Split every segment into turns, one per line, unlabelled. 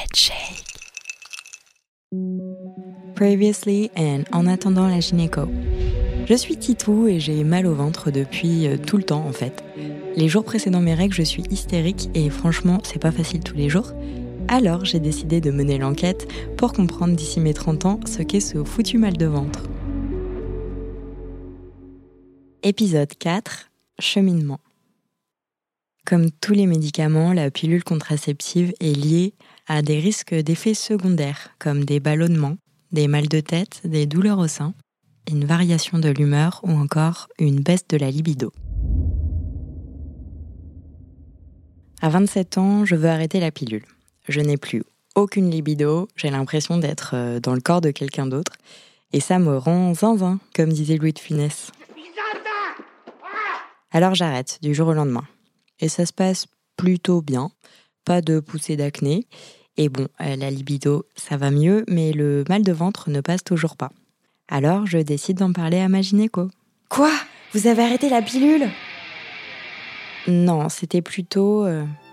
Shake. Previously and en attendant la gynéco. Je suis Titou et j'ai mal au ventre depuis tout le temps en fait. Les jours précédant mes règles, je suis hystérique et franchement, c'est pas facile tous les jours. Alors j'ai décidé de mener l'enquête pour comprendre d'ici mes 30 ans ce qu'est ce foutu mal de ventre. Épisode 4, cheminement. Comme tous les médicaments, la pilule contraceptive est liée à des risques d'effets secondaires, comme des ballonnements, des mal de tête, des douleurs au sein, une variation de l'humeur ou encore une baisse de la libido. À 27 ans, je veux arrêter la pilule. Je n'ai plus aucune libido, j'ai l'impression d'être dans le corps de quelqu'un d'autre, et ça me rend zinzin, comme disait Louis de Funès. Alors j'arrête du jour au lendemain. Et ça se passe plutôt bien, pas de poussée d'acné. Et bon, la libido, ça va mieux, mais le mal de ventre ne passe toujours pas. Alors je décide d'en parler à ma gynéco.
Quoi ? Vous avez arrêté la pilule ?
Non, c'était plutôt...
Quoi ?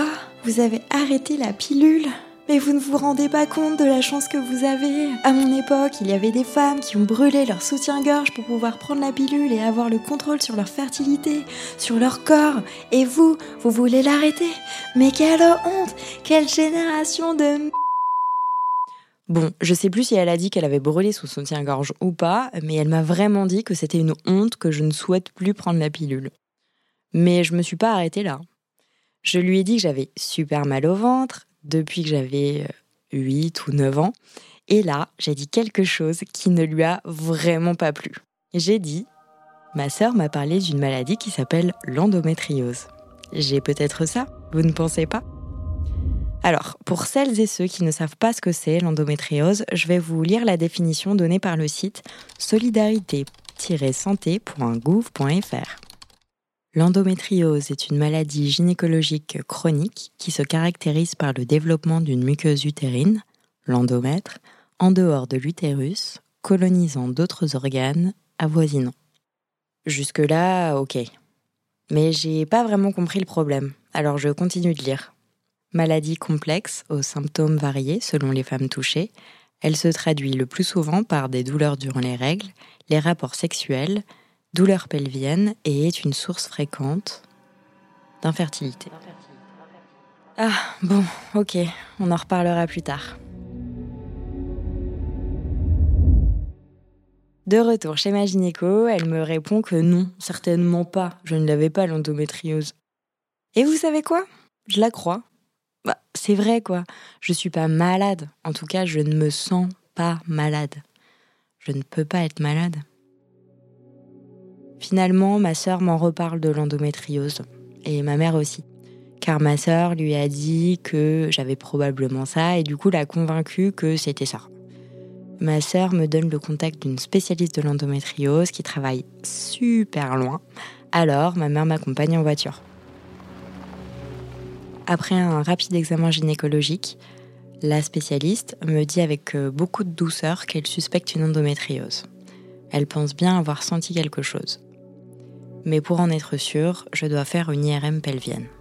Vous avez arrêté la pilule ? Mais vous ne vous rendez pas compte de la chance que vous avez. À mon époque, il y avait des femmes qui ont brûlé leur soutien-gorge pour pouvoir prendre la pilule et avoir le contrôle sur leur fertilité, sur leur corps. Et vous voulez l'arrêter ? Mais quelle honte ! Quelle génération de...
Bon, je sais plus si elle a dit qu'elle avait brûlé son soutien-gorge ou pas, mais elle m'a vraiment dit que c'était une honte que je ne souhaite plus prendre la pilule. Mais je me suis pas arrêtée là. Je lui ai dit que j'avais super mal au ventre, depuis que j'avais 8 ou 9 ans. Et là, j'ai dit quelque chose qui ne lui a vraiment pas plu. J'ai dit, ma sœur m'a parlé d'une maladie qui s'appelle l'endométriose. J'ai peut-être ça, vous ne pensez pas ? Alors, pour celles et ceux qui ne savent pas ce que c'est l'endométriose, je vais vous lire la définition donnée par le site solidarité-santé.gouv.fr. L'endométriose est une maladie gynécologique chronique qui se caractérise par le développement d'une muqueuse utérine, l'endomètre, en dehors de l'utérus, colonisant d'autres organes avoisinants. Jusque-là, ok. Mais j'ai pas vraiment compris le problème, alors je continue de lire. Maladie complexe, aux symptômes variés selon les femmes touchées, elle se traduit le plus souvent par des douleurs durant les règles, les rapports sexuels, douleurs pelviennes et est une source fréquente d'infertilité. Ah, bon, ok, on en reparlera plus tard. De retour chez ma gynéco, elle me répond que non, certainement pas, je ne l'avais pas l'endométriose. Et vous savez quoi ? Je la crois. C'est vrai quoi, je suis pas malade, en tout cas je ne me sens pas malade. Je ne peux pas être malade. Finalement, ma sœur m'en reparle de l'endométriose, et ma mère aussi, car ma sœur lui a dit que j'avais probablement ça, et du coup l'a convaincue que c'était ça. Ma sœur me donne le contact d'une spécialiste de l'endométriose qui travaille super loin, alors ma mère m'accompagne en voiture. Après un rapide examen gynécologique, la spécialiste me dit avec beaucoup de douceur qu'elle suspecte une endométriose. Elle pense bien avoir senti quelque chose. Mais pour en être sûre, je dois faire une IRM pelvienne.